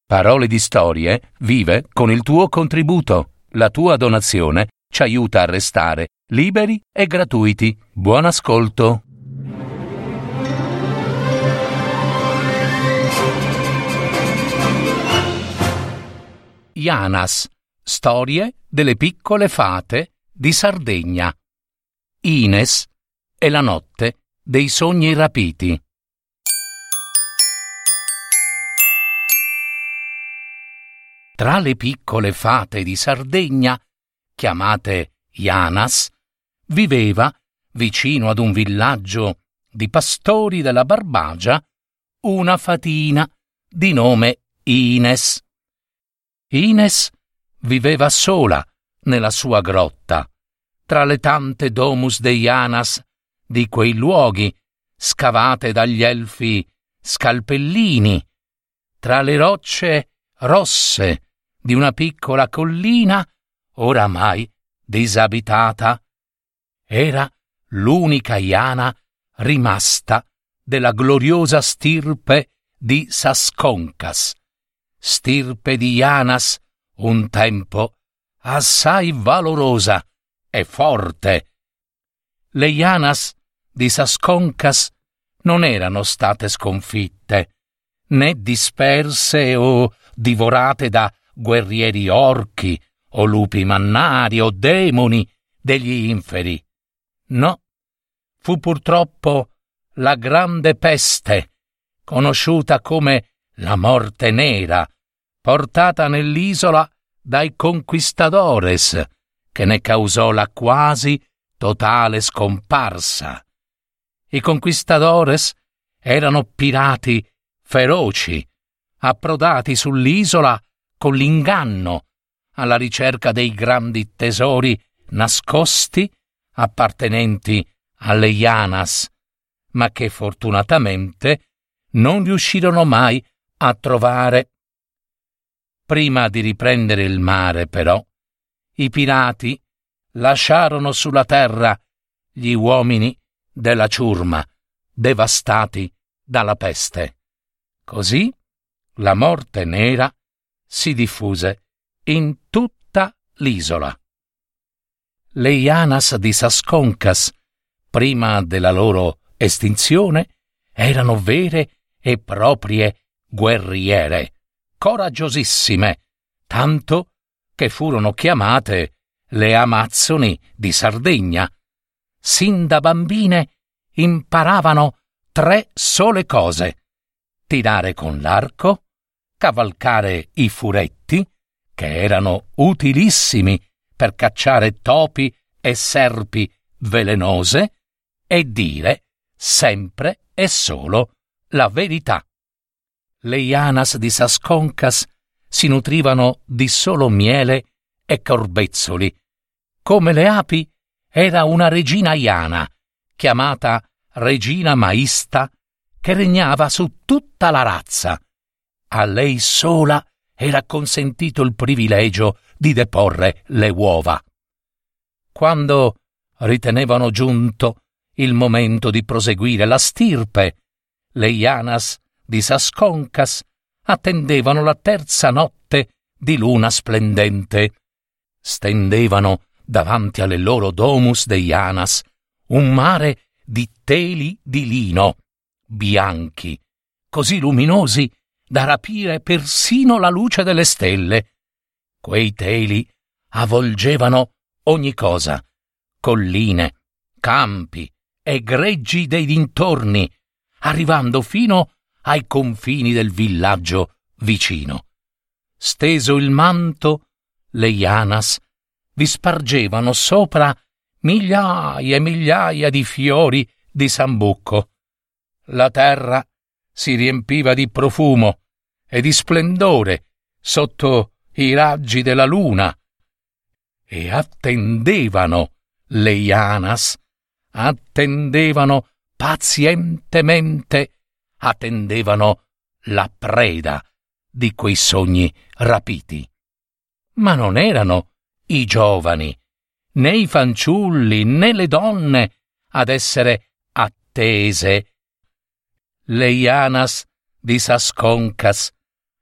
Parole di Storie vive con il tuo contributo. La tua donazione ci aiuta a restare liberi e gratuiti. Buon ascolto. Janas, storie delle piccole fate di Sardegna. Ines e la notte dei sogni rapiti. Tra le piccole fate di Sardegna, chiamate Janas, viveva, vicino ad un villaggio di pastori della Barbagia, una fatina di nome Ines. Ines viveva sola nella sua grotta, tra le tante domus de Janas di quei luoghi scavate dagli elfi scalpellini, tra le rocce rosse di una piccola collina oramai disabitata. Era l'unica Jana rimasta della gloriosa stirpe di Sasconcas, stirpe di Janas un tempo assai valorosa e forte. Le Janas di Sasconcas non erano state sconfitte, né disperse o divorate da guerrieri orchi o lupi mannari o demoni degli inferi. No, fu purtroppo la grande peste, conosciuta come la morte nera, portata nell'isola dai conquistadores, che ne causò la quasi totale scomparsa. I conquistadores erano pirati feroci, approdati sull'isola con l'inganno, alla ricerca dei grandi tesori nascosti appartenenti alle Janas, ma che fortunatamente non riuscirono mai a trovare. Prima di riprendere il mare, però, i pirati lasciarono sulla terra gli uomini della ciurma, devastati dalla peste. Così la morte nera si diffuse in tutta l'isola. Le Janas di Sasconcas, prima della loro estinzione, erano vere e proprie guerriere, coraggiosissime, tanto che furono chiamate le Amazzoni di Sardegna. Sin da bambine imparavano 3 sole cose: tirare con l'arco, cavalcare i furetti, che erano utilissimi per cacciare topi e serpi velenose, e dire sempre e solo la verità. Le Janas di Sasconcas si nutrivano di solo miele e corbezzoli. Come le api, era una regina Jana, chiamata Regina Maista, che regnava su tutta la razza. A lei sola era consentito il privilegio di deporre le uova. Quando ritenevano giunto il momento di proseguire la stirpe, le Janas di Sasconcas attendevano la terza notte di luna splendente. Stendevano davanti alle loro domus de Janas un mare di teli di lino, bianchi, così luminosi da rapire persino la luce delle stelle. Quei teli avvolgevano ogni cosa: colline, campi e greggi dei dintorni, arrivando fino ai confini del villaggio vicino. Steso il manto, le Janas vi spargevano sopra migliaia e migliaia di fiori di sambuco. La terra si riempiva di profumo e di splendore sotto i raggi della luna, e attendevano le Janas, attendevano pazientemente, attendevano la preda di quei sogni rapiti. Ma non erano i giovani, né i fanciulli, né le donne ad essere attese. Le Janas di Sasconcas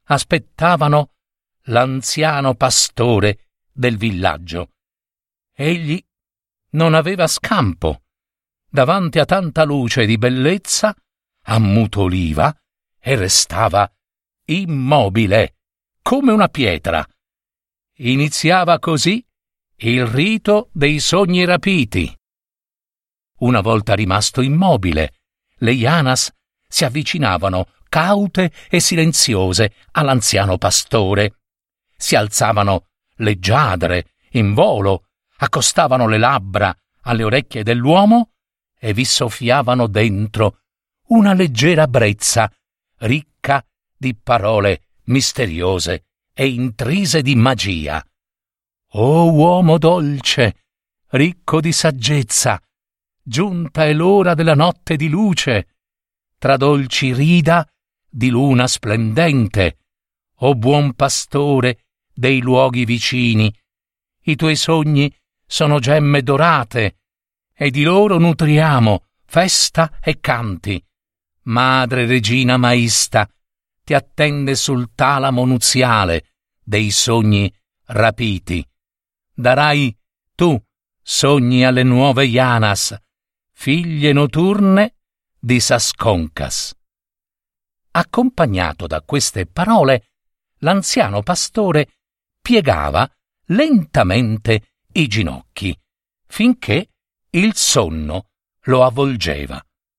aspettavano l'anziano pastore del villaggio. Egli non aveva scampo. Davanti a tanta luce di bellezza, ammutoliva e restava immobile, come una pietra. Iniziava così il rito dei sogni rapiti. Una volta rimasto immobile, le Janas si avvicinavano caute e silenziose all'anziano pastore. Si alzavano leggiadre, in volo, accostavano le labbra alle orecchie dell'uomo e vi soffiavano dentro una leggera brezza ricca di parole misteriose e intrise di magia. O uomo dolce, ricco di saggezza, giunta è l'ora della notte di luce, tra dolci rida di luna splendente. O buon pastore dei luoghi vicini, i tuoi sogni sono gemme dorate, e di loro nutriamo festa e canti. Madre regina Maista ti attende sul talamo nuziale dei sogni rapiti. Darai tu sogni alle nuove Janas, figlie noturne di Sasconkas. Accompagnato da queste parole, l'anziano pastore piegava lentamente i ginocchi, finché il sonno lo avvolgeva.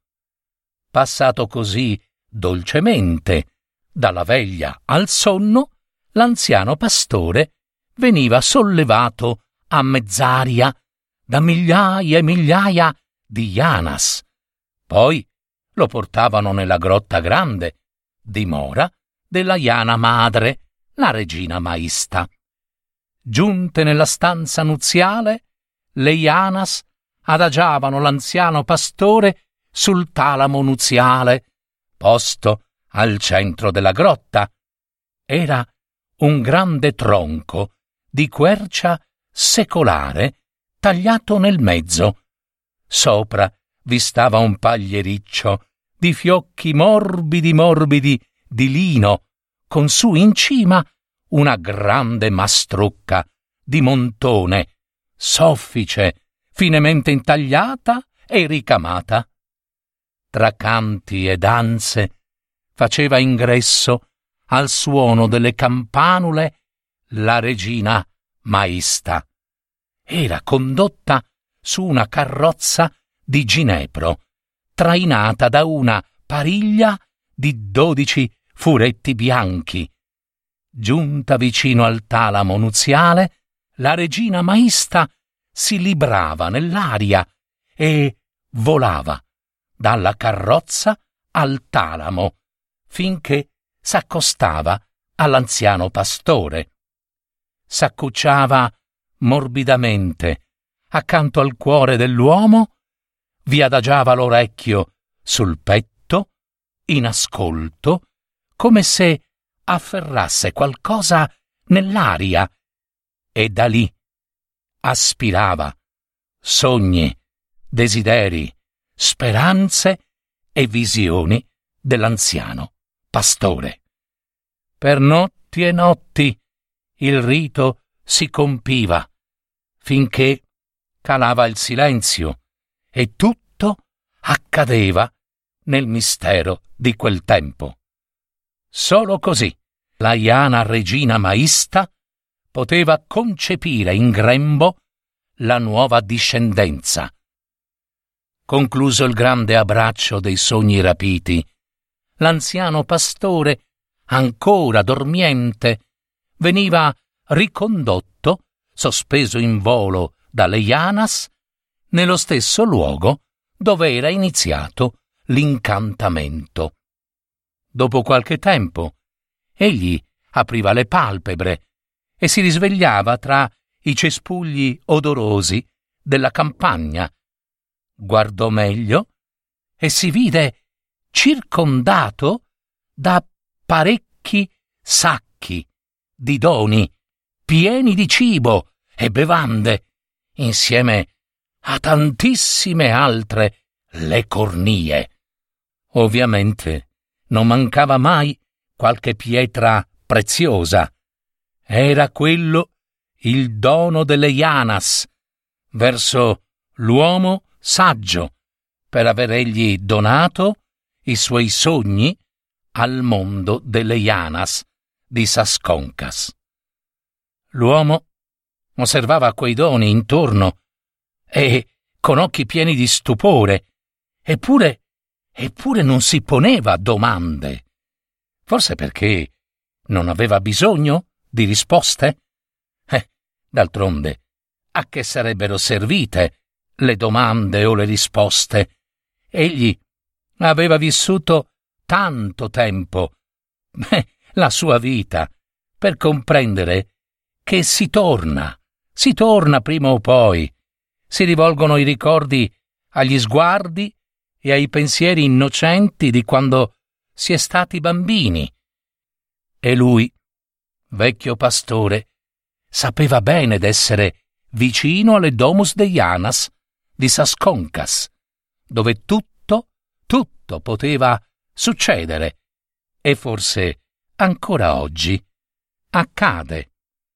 Passato così dolcemente dalla veglia al sonno, l'anziano pastore veniva sollevato a mezz'aria da migliaia e migliaia di Janas. Poi lo portavano nella grotta grande, dimora della Jana madre, la regina Maista. Giunte nella stanza nuziale, le Janas adagiavano l'anziano pastore sul talamo nuziale, posto al centro della grotta. Era un grande tronco di quercia secolare tagliato nel mezzo. Sopra vi stava un pagliericcio di fiocchi morbidi morbidi di lino, con su in cima una grande mastrucca di montone, soffice, finemente intagliata e ricamata. Tra canti e danze faceva ingresso al suono delle campanule la regina Maista. Era condotta su una carrozza di ginepro, trainata da una pariglia di 12 furetti bianchi. Giunta vicino al talamo nuziale, la regina Maista si librava nell'aria e volava dalla carrozza al talamo, finché s'accostava all'anziano pastore. S'accucciava morbidamente accanto al cuore dell'uomo, vi adagiava l'orecchio sul petto, in ascolto, come se afferrasse qualcosa nell'aria, e da lì aspirava sogni, desideri, speranze e visioni dell'anziano pastore. Per notti e notti il rito si compiva, finché calava il silenzio e tutto accadeva nel mistero di quel tempo. Solo così la Jana regina Maista poteva concepire in grembo la nuova discendenza. Concluso il grande abbraccio dei sogni rapiti, l'anziano pastore, ancora dormiente, veniva ricondotto, sospeso in volo dalle Janas, nello stesso luogo dove era iniziato l'incantamento. Dopo qualche tempo, egli apriva le palpebre e si risvegliava tra i cespugli odorosi della campagna. Guardò meglio e si vide circondato da parecchi sacchi di doni pieni di cibo e bevande, insieme a tantissime altre lecornie. Ovviamente non mancava mai qualche pietra preziosa. Era quello il dono delle Janas verso l'uomo saggio, per aver egli donato i suoi sogni al mondo delle Janas di Sasconkas. L'uomo osservava quei doni intorno e, con occhi pieni di stupore, eppure non si poneva domande. Forse perché non aveva bisogno di risposte? D'altronde, a che sarebbero servite le domande o le risposte? Egli aveva vissuto tanto tempo, la sua vita, per comprendere che si torna prima o poi. Si rivolgono i ricordi agli sguardi e ai pensieri innocenti di quando si è stati bambini. E lui, vecchio pastore, sapeva bene d'essere vicino alle Domus de Janas di Sasconkas, dove tutto poteva succedere, e forse ancora oggi accade.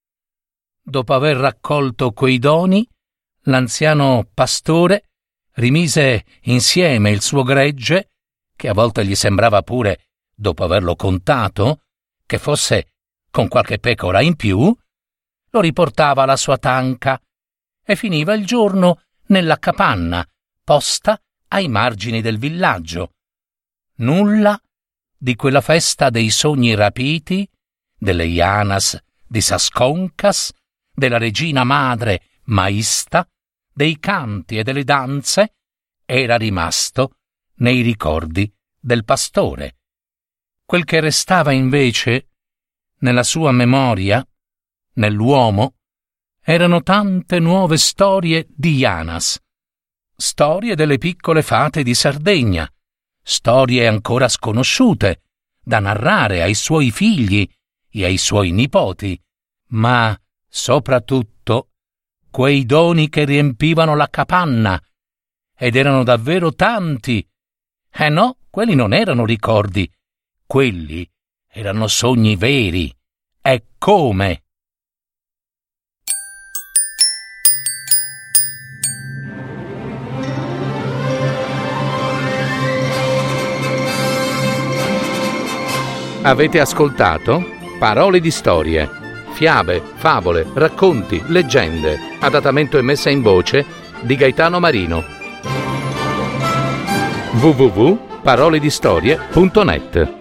Dopo aver raccolto quei doni, l'anziano pastore rimise insieme il suo gregge, che a volte gli sembrava pure, dopo averlo contato, che fosse con qualche pecora in più, lo riportava alla sua tanca e finiva il giorno nella capanna posta ai margini del villaggio. Nulla di quella festa dei sogni rapiti, delle Janas di Sasconkas, della regina madre Maista, dei canti e delle danze, era rimasto nei ricordi del pastore. Quel che restava invece nella sua memoria, nell'uomo, erano tante nuove storie di Janas, storie delle piccole fate di Sardegna, storie ancora sconosciute, da narrare ai suoi figli e ai suoi nipoti, ma soprattutto quei doni che riempivano la capanna, ed erano davvero tanti. No, quelli non erano ricordi, quelli erano sogni veri. E come? Avete ascoltato Parole di storie, fiabe, favole, racconti, leggende, adattamento e messa in voce di Gaetano Marino. www.paroledistorie.net